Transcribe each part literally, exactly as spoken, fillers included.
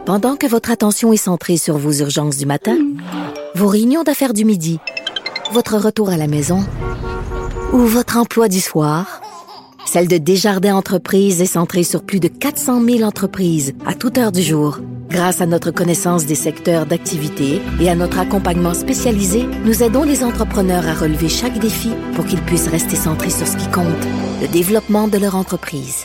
Pendant que votre attention est centrée sur vos urgences du matin, vos réunions d'affaires du midi, votre retour à la maison ou votre emploi du soir, celle de Desjardins Entreprises est centrée sur plus de quatre cent mille entreprises à toute heure du jour. Grâce à notre connaissance des secteurs d'activité et à notre accompagnement spécialisé, nous aidons les entrepreneurs à relever chaque défi pour qu'ils puissent rester centrés sur ce qui compte, le développement de leur entreprise.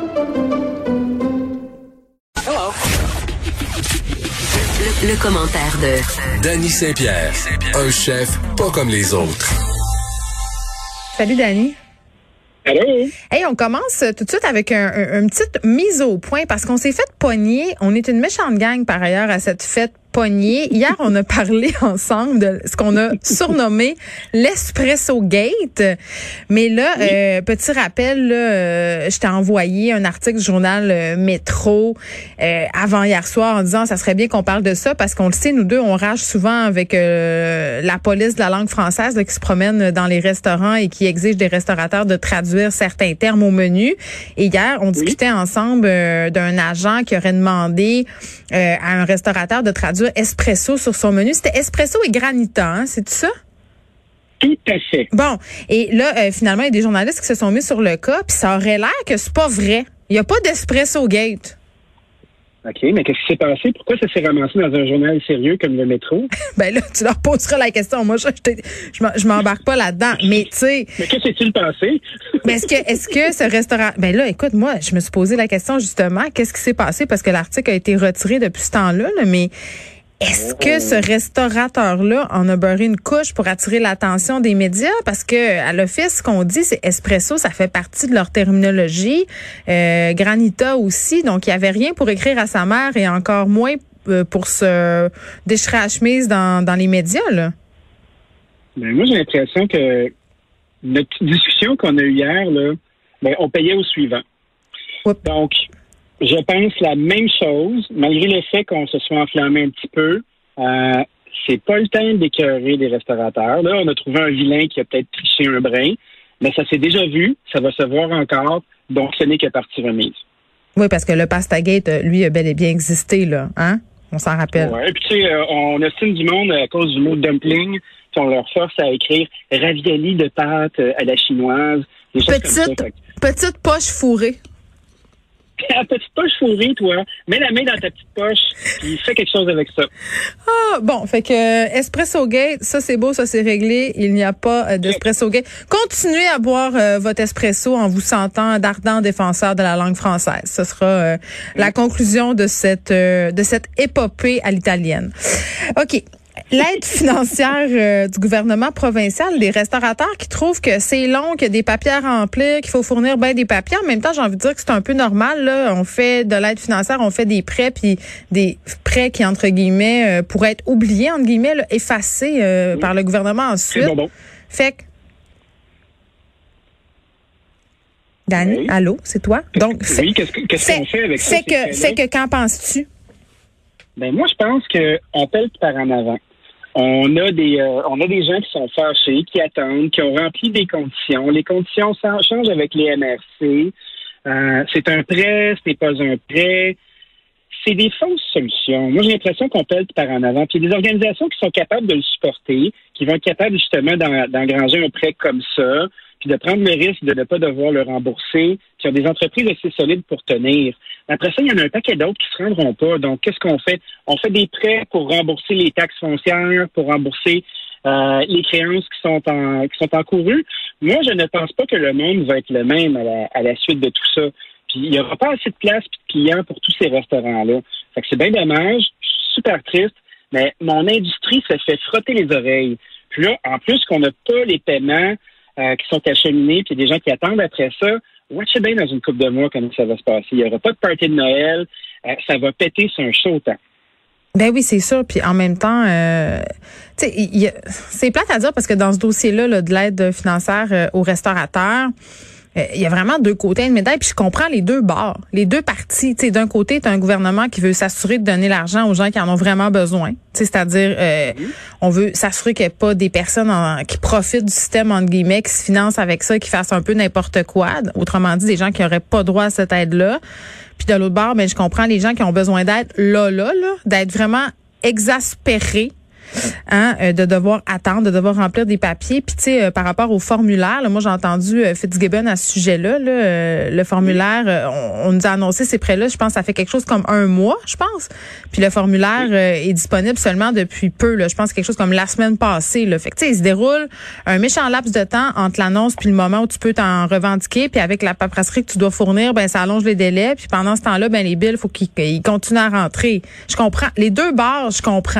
Hello. Le, le commentaire de Dany Saint-Pierre, un chef pas comme les autres. Salut Dany. Allô? Hey, on commence tout de suite avec un, un, une petite mise au point parce qu'on s'est fait pogner. On est une méchante gang par ailleurs à cette fête pognée. Hier, on a parlé ensemble de ce qu'on a surnommé l'Espresso Gate. Mais là, oui. euh, petit rappel, là, euh, je t'ai envoyé un article du journal euh, Métro euh, avant hier soir en disant ça serait bien qu'on parle de ça parce qu'on le sait, nous deux, on rage souvent avec euh, la police de la langue française là, qui se promène dans les restaurants et qui exige des restaurateurs de traduire certains termes au menu. Et hier, on oui. discutait ensemble euh, d'un agent qui aurait demandé euh, à un restaurateur de traduire espresso sur son menu. C'était espresso et granita, hein, c'est tout ça? Tout à fait. Bon, et là, euh, finalement, il y a des journalistes qui se sont mis sur le cas, puis ça aurait l'air que c'est pas vrai. Il n'y a pas d'Espresso Gate. OK, mais qu'est-ce qui s'est passé? Pourquoi ça s'est ramassé dans un journal sérieux comme le Métro? Ben là, tu leur poseras la question. Moi, je je, je m'embarque pas là-dedans. Mais tu sais... Mais que s'est-il passé? Mais est-ce que, est-ce que ce restaurant... Ben là, écoute, moi, je me suis posé la question justement, qu'est-ce qui s'est passé? Parce que l'article a été retiré depuis ce temps-là, là, mais... Est-ce que ce restaurateur-là en a beurré une couche pour attirer l'attention des médias? Parce que à l'office, ce qu'on dit, c'est espresso, ça fait partie de leur terminologie. Euh, granita aussi. Donc, il n'y avait rien pour écrire à sa mère et encore moins euh, pour se déchirer la chemise dans, dans les médias, là. Ben, moi, j'ai l'impression que notre discussion qu'on a eue hier, là, ben, on payait au suivant. Oups. Donc, je pense la même chose, malgré le fait qu'on se soit enflammé un petit peu. Euh, c'est pas le temps d'écœurer des restaurateurs. Là, on a trouvé un vilain qui a peut-être triché un brin, mais ça s'est déjà vu, ça va se voir encore, donc ce n'est que partie remise. Oui, parce que le Pastagate, lui, a bel et bien existé, là, hein? On s'en rappelle. Oui, puis tu sais, on estime du monde à cause du mot dumpling, puis on leur force à écrire ravioli de pâte à la chinoise. Des choses petite, comme ça. Petite poche fourrée. La petite poche fourrée, toi. Mets la main dans ta petite poche puis fais quelque chose avec ça. Ah, bon, fait que euh, Espresso Gate, ça c'est beau, ça c'est réglé. Il n'y a pas euh, d'Espresso Gate. Continuez à boire euh, votre espresso en vous sentant d'ardents défenseurs de la langue française. Ce sera euh, la conclusion de cette euh, de cette épopée à l'italienne. OK. L'aide financière euh, du gouvernement provincial, des restaurateurs qui trouvent que c'est long, qu'il y a des papiers à remplir, qu'il faut fournir bien des papiers. En même temps, j'ai envie de dire que c'est un peu normal. Là, on fait de l'aide financière, on fait des prêts, puis des prêts qui, entre guillemets, euh, pourraient être oubliés, entre guillemets, là, effacés euh, oui. par le gouvernement ensuite. C'est bon, bon. Fait que... Dany, oui. Allô, c'est toi? Donc, oui, fait, qu'est-ce, que, qu'est-ce fait, qu'on fait avec fait ça? Que, fait que, qu'en penses-tu? Ben moi, je pense qu'on pèle par en avant. On a des euh, on a des gens qui sont fâchés, qui attendent, qui ont rempli des conditions. Les conditions changent avec les M R C. Euh, c'est un prêt, ce n'est pas un prêt. C'est des fausses solutions. Moi, j'ai l'impression qu'on pèle par en avant. Puis il y a des organisations qui sont capables de le supporter, qui vont être capables justement d'en, d'engranger un prêt comme ça, puis de prendre le risque de ne pas devoir le rembourser. Puis il y a des entreprises assez solides pour tenir. Après ça, il y en a un paquet d'autres qui ne se rendront pas. Donc, qu'est-ce qu'on fait? On fait des prêts pour rembourser les taxes foncières, pour rembourser euh, les créances qui sont en qui sont encourues. Moi, je ne pense pas que le monde va être le même à la, à la suite de tout ça. Puis, il n'y aura pas assez de place et de clients pour tous ces restaurants-là. Fait que c'est bien dommage. Je suis super triste. Mais mon industrie se fait frotter les oreilles. Puis là, en plus qu'on n'a pas les paiements euh, qui sont acheminés, puis il y a des gens qui attendent après ça, watchez bien dans une couple de mois comment ça va se passer. Il n'y aura pas de party de Noël. Euh, ça va péter sur un chaud temps. Ben oui, c'est sûr. Puis en même temps, euh, tu sais, c'est plate à dire parce que dans ce dossier-là là, de l'aide financière euh, aux restaurateurs, il y a vraiment deux côtés de médaille, puis je comprends les deux bords, les deux parties. Tu sais, d'un côté, tu as un gouvernement qui veut s'assurer de donner l'argent aux gens qui en ont vraiment besoin. Tu sais, c'est-à-dire, euh, mmh. on veut s'assurer qu'il n'y ait pas des personnes en, qui profitent du système, entre guillemets, qui se financent avec ça, qui fassent un peu n'importe quoi. Autrement dit, des gens qui n'auraient pas droit à cette aide-là. Puis de l'autre bord, ben je comprends les gens qui ont besoin d'aide là, là, là, d'être vraiment exaspérés. Hein, euh, de devoir attendre, de devoir remplir des papiers. Puis, tu sais, euh, par rapport au formulaire, là, moi, j'ai entendu euh, Fitzgibbon à ce sujet-là. Là, euh, le formulaire, euh, on, on nous a annoncé ces prêts-là, je pense, ça fait quelque chose comme un mois, je pense. Puis le formulaire euh, est disponible seulement depuis peu. Là, je pense quelque chose comme la semaine passée. Là. Fait que, tu sais, il se déroule un méchant laps de temps entre l'annonce puis le moment où tu peux t'en revendiquer. Puis avec la paperasserie que tu dois fournir, ben ça allonge les délais. Puis pendant ce temps-là, ben les billes, faut qu'ils ils continuent à rentrer. Je comprends. Les deux barres, je comprends.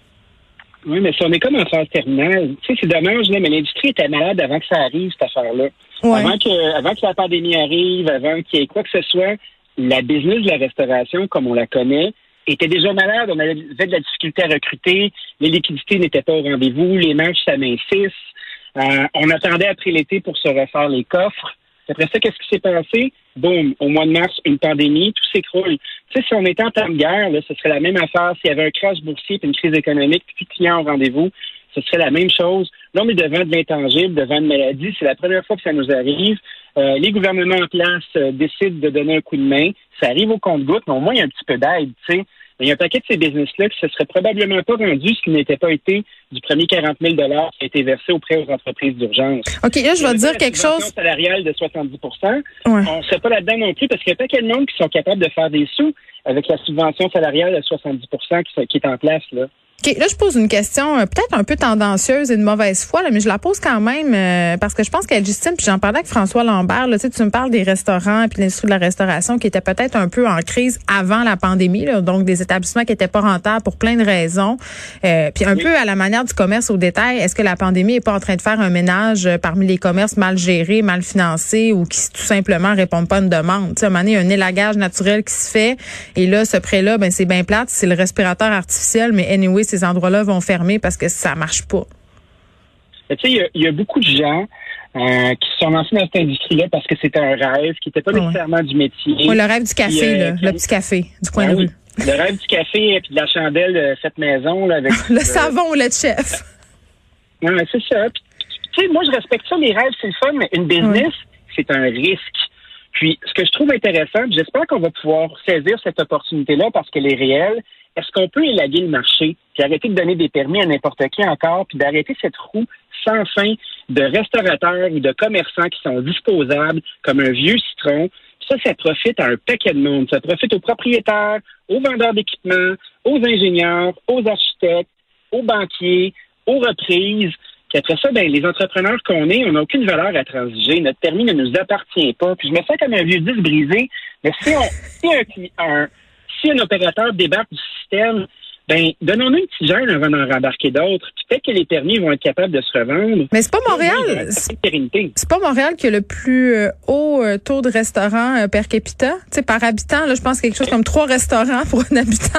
Oui, mais si on est comme en phase terminale, tu sais, c'est dommage, là, mais l'industrie était malade avant que ça arrive, cette affaire-là. Ouais. Avant que, avant que la pandémie arrive, avant qu'il y ait quoi que ce soit, la business de la restauration, comme on la connaît, était déjà malade. On avait de la difficulté à recruter, les liquidités n'étaient pas au rendez-vous, les marges s'amincissent. Euh, on attendait après l'été pour se refaire les coffres. Après ça, qu'est-ce qui s'est passé? Boum, au mois de mars, une pandémie, tout s'écroule. Tu sais, si on était en temps de guerre, là, ce serait la même affaire. S'il y avait un crash boursier puis une crise économique, puis plus de clients au rendez-vous, ce serait la même chose. Là, on est devant de l'intangible, devant une maladie. C'est la première fois que ça nous arrive. Euh, les gouvernements en place euh, décident de donner un coup de main. Ça arrive au compte-gouttes, mais au moins, il y a un petit peu d'aide, tu sais. Il y a un paquet de ces business-là qui ne se serait probablement pas rendu ce qui n'était pas été du premier quarante mille dollars qui a été versé auprès aux entreprises d'urgence. OK, là, je vais dire quelque chose. La salariale de soixante-dix pour cent, ouais. On ne sait pas là-dedans non plus parce qu'il y a pas quel monde qui sont capables de faire des sous avec la subvention salariale de soixante-dix pour cent qui, qui est en place, là. OK, là, je pose une question euh, peut-être un peu tendancieuse et de mauvaise foi, là, mais je la pose quand même euh, parce que je pense qu'elle justine, puis j'en parlais avec François Lambert, là, tu sais, tu me parles des restaurants puis l'industrie de la restauration qui était peut-être un peu en crise avant la pandémie, là, donc des établissements qui étaient pas rentables pour plein de raisons. Euh, puis un oui. peu à la manière du commerce au détail, est-ce que la pandémie est pas en train de faire un ménage parmi les commerces mal gérés, mal financés ou qui tout simplement répondent pas à une demande? Tu sais, à un moment donné, il y a un élagage naturel qui se fait et là, ce prêt-là, ben c'est bien plate, c'est le respirateur artificiel, mais anyway, ces endroits-là vont fermer parce que ça marche pas. Tu sais, il y, y a beaucoup de gens euh, qui se sont lancés dans cette industrie-là parce que c'était un rêve, qui n'était pas ouais. nécessairement du métier. Oui, le rêve du café, puis, euh, là, qui... le petit café du coin ben de oui. rue. Le rêve du café et puis de la chandelle de cette maison. Là, avec le euh... savon ou le chef. Oui, c'est ça. Puis, tu sais, moi, je respecte ça, les rêves, c'est le fun, mais une business, ouais. c'est un risque. Puis, ce que je trouve intéressant, j'espère qu'on va pouvoir saisir cette opportunité-là parce qu'elle est réelle. Est-ce qu'on peut élaguer le marché, puis arrêter de donner des permis à n'importe qui encore, puis d'arrêter cette roue sans fin de restaurateurs ou de commerçants qui sont disposables comme un vieux citron? Puis ça, ça profite à un paquet de monde. Ça profite aux propriétaires, aux vendeurs d'équipements, aux ingénieurs, aux architectes, aux banquiers, aux reprises. Puis après ça, ben, les entrepreneurs qu'on est, on n'a aucune valeur à transiger. Notre permis ne nous appartient pas. Puis je me sens comme un vieux disque brisé. Mais si on, si un, un, si un opérateur débarque du système, ben, donnons-nous une petite gêne avant d'en rembarquer d'autres. Puis peut-être que les permis vont être capables de se revendre. Mais c'est pas Montréal. C'est, c'est pas Montréal qui a le plus euh, haut euh, taux de restaurants euh, per capita. Tu sais, par habitant, là, je pense quelque chose comme trois restaurants pour un habitant.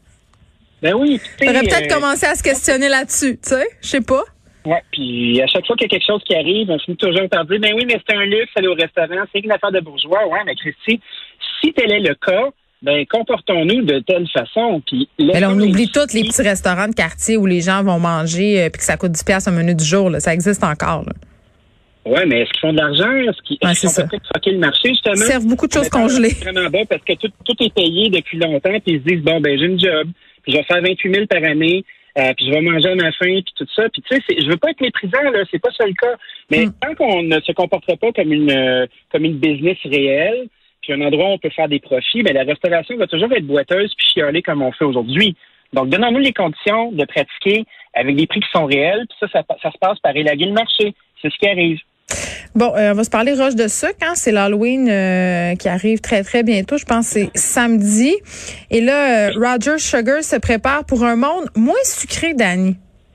Ben oui. Tu aurais peut-être euh, commencé à se questionner là-dessus, tu sais. Je sais pas. Ouais, puis à chaque fois qu'il y a quelque chose qui arrive, on finit toujours par dire, ben oui, mais c'est un luxe, aller au restaurant, c'est une affaire de bourgeois. Ouais, mais Christy, si tel est le cas, ben comportons-nous de telle façon. Puis mais là, on oublie tous les petits restaurants de quartier où les gens vont manger euh, puis que ça coûte dix piastres un menu du jour. Là. Ça existe encore. Là. Ouais, mais est-ce qu'ils font de l'argent? Est-ce qu'ils, ouais, est-ce qu'ils ont peut-être fucké le marché, justement? Ils servent beaucoup de choses congelées. C'est vraiment bas parce que tout, tout est payé depuis longtemps puis ils se disent, bon, ben j'ai une job, puis je vais faire vingt-huit mille par année. Euh, puis je vais manger à ma faim, puis tout ça. Puis tu sais, c'est, je veux pas être méprisant, là, c'est pas ça le cas. Mais mm. tant qu'on ne se comportera pas comme une euh, comme une business réelle, puis un endroit où on peut faire des profits, ben la restauration va toujours être boiteuse puis chialer comme on fait aujourd'hui. Donc, donnons-nous les conditions de pratiquer avec des prix qui sont réels, puis ça, ça, ça se passe par élaguer le marché. C'est ce qui arrive. Bon, euh, on va se parler roche de sucre. Hein? C'est l'Halloween euh, qui arrive très, très bientôt. Je pense que c'est samedi. Et là, euh, Roger Sugar se prépare pour un monde moins sucré, Dani.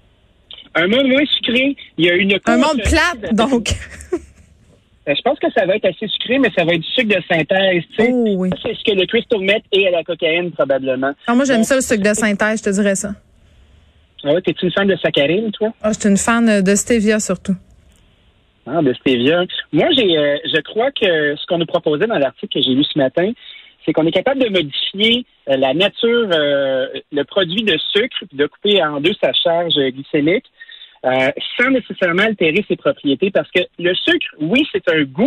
Un monde moins sucré. Il y a une Un monde plate, donc. Je pense que ça va être assez sucré, mais ça va être du sucre de synthèse. Tu sais. Oh, oui. C'est ce que le crystal meth est à la cocaïne, probablement. Ah, moi, j'aime donc, ça, le sucre de synthèse, je te dirais ça. Ah ouais, t'es-tu une fan de saccharine, toi? Ah, je suis une fan de stevia, surtout. Ah, de stevia. Moi, j'ai, euh, je crois que ce qu'on nous proposait dans l'article que j'ai lu ce matin, c'est qu'on est capable de modifier euh, la nature, euh, le produit de sucre, de couper en deux sa charge glycémique, euh, sans nécessairement altérer ses propriétés. Parce que le sucre, oui, c'est un goût,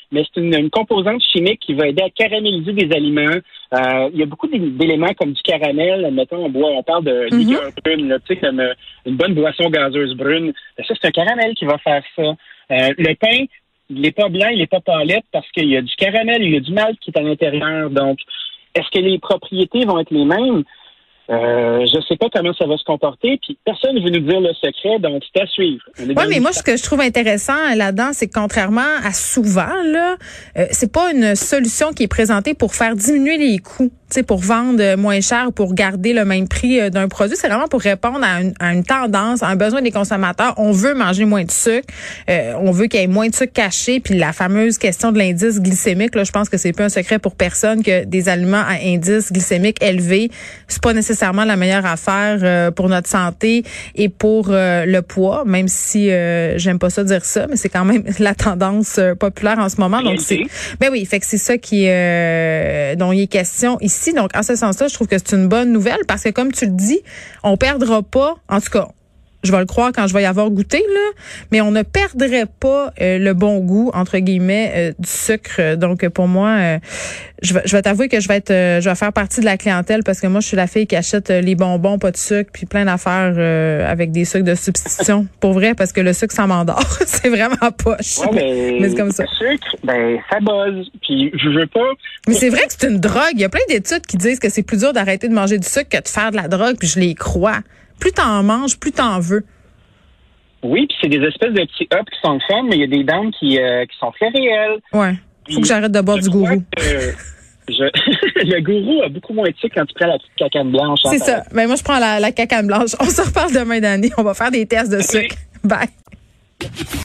mais c'est une, une composante chimique qui va aider à caraméliser des aliments. Euh, il y a beaucoup d'éléments comme du caramel. Mettons, on boit, on parle de Mm-hmm. liqueur brune, là, tu sais, comme euh, une bonne boisson gazeuse brune. Ça, c'est un caramel qui va faire ça. Euh, le pain, il n'est pas blanc, il n'est pas palette parce qu'il y a du caramel, il y a du malt qui est à l'intérieur. Donc, est-ce que les propriétés vont être les mêmes? Euh, je sais pas comment ça va se comporter, puis personne ne veut nous dire le secret, donc c'est à suivre. Oui, mais moi, ce que je trouve intéressant là-dedans, c'est que contrairement à souvent, là, euh, c'est pas une solution qui est présentée pour faire diminuer les coûts, tu sais, pour vendre moins cher, pour garder le même prix euh, d'un produit. C'est vraiment pour répondre à une, à une tendance, à un besoin des consommateurs. On veut manger moins de sucre, euh, on veut qu'il y ait moins de sucre caché, puis la fameuse question de l'indice glycémique, là, je pense que c'est pas un secret pour personne que des aliments à indice glycémique élevé, c'est pas nécessairement la meilleure affaire euh, pour notre santé et pour euh, le poids, même si euh, j'aime pas ça dire ça, mais c'est quand même la tendance euh, populaire en ce moment. Donc c'est, ben oui, fait que c'est ça qui euh, dont il est question ici. Donc en ce sens-là, je trouve que c'est une bonne nouvelle parce que comme tu le dis, on perdra pas, en tout cas. Je vais le croire quand je vais y avoir goûté, là, mais on ne perdrait pas euh, le bon goût, entre guillemets, euh, du sucre. Donc, pour moi, euh, je vais, je vais t'avouer que je vais être, euh, je vais faire partie de la clientèle parce que moi, je suis la fille qui achète euh, les bonbons, pas de sucre, puis plein d'affaires euh, avec des sucres de substitution. Pour vrai, parce que le sucre, ça m'endort. C'est vraiment poche. Ouais, mais, mais c'est comme ça. Le sucre, ben, ça buzz. Puis, je veux pas... Mais c'est vrai que c'est une drogue. Il y a plein d'études qui disent que c'est plus dur d'arrêter de manger du sucre que de faire de la drogue, puis je les crois. Plus t'en manges, plus t'en veux. Oui, puis c'est des espèces de petits ups qui sont le fun, mais il y a des dents qui, euh, qui sont très réelles. Ouais. Faut que j'arrête de boire du gourou. Que, je, le gourou a beaucoup moins de sucre quand tu prends la petite cacane blanche. C'est ça. Mais ben moi, je prends la, la cacane blanche. On se reparle demain, Dani. On va faire des tests de sucre. Bye.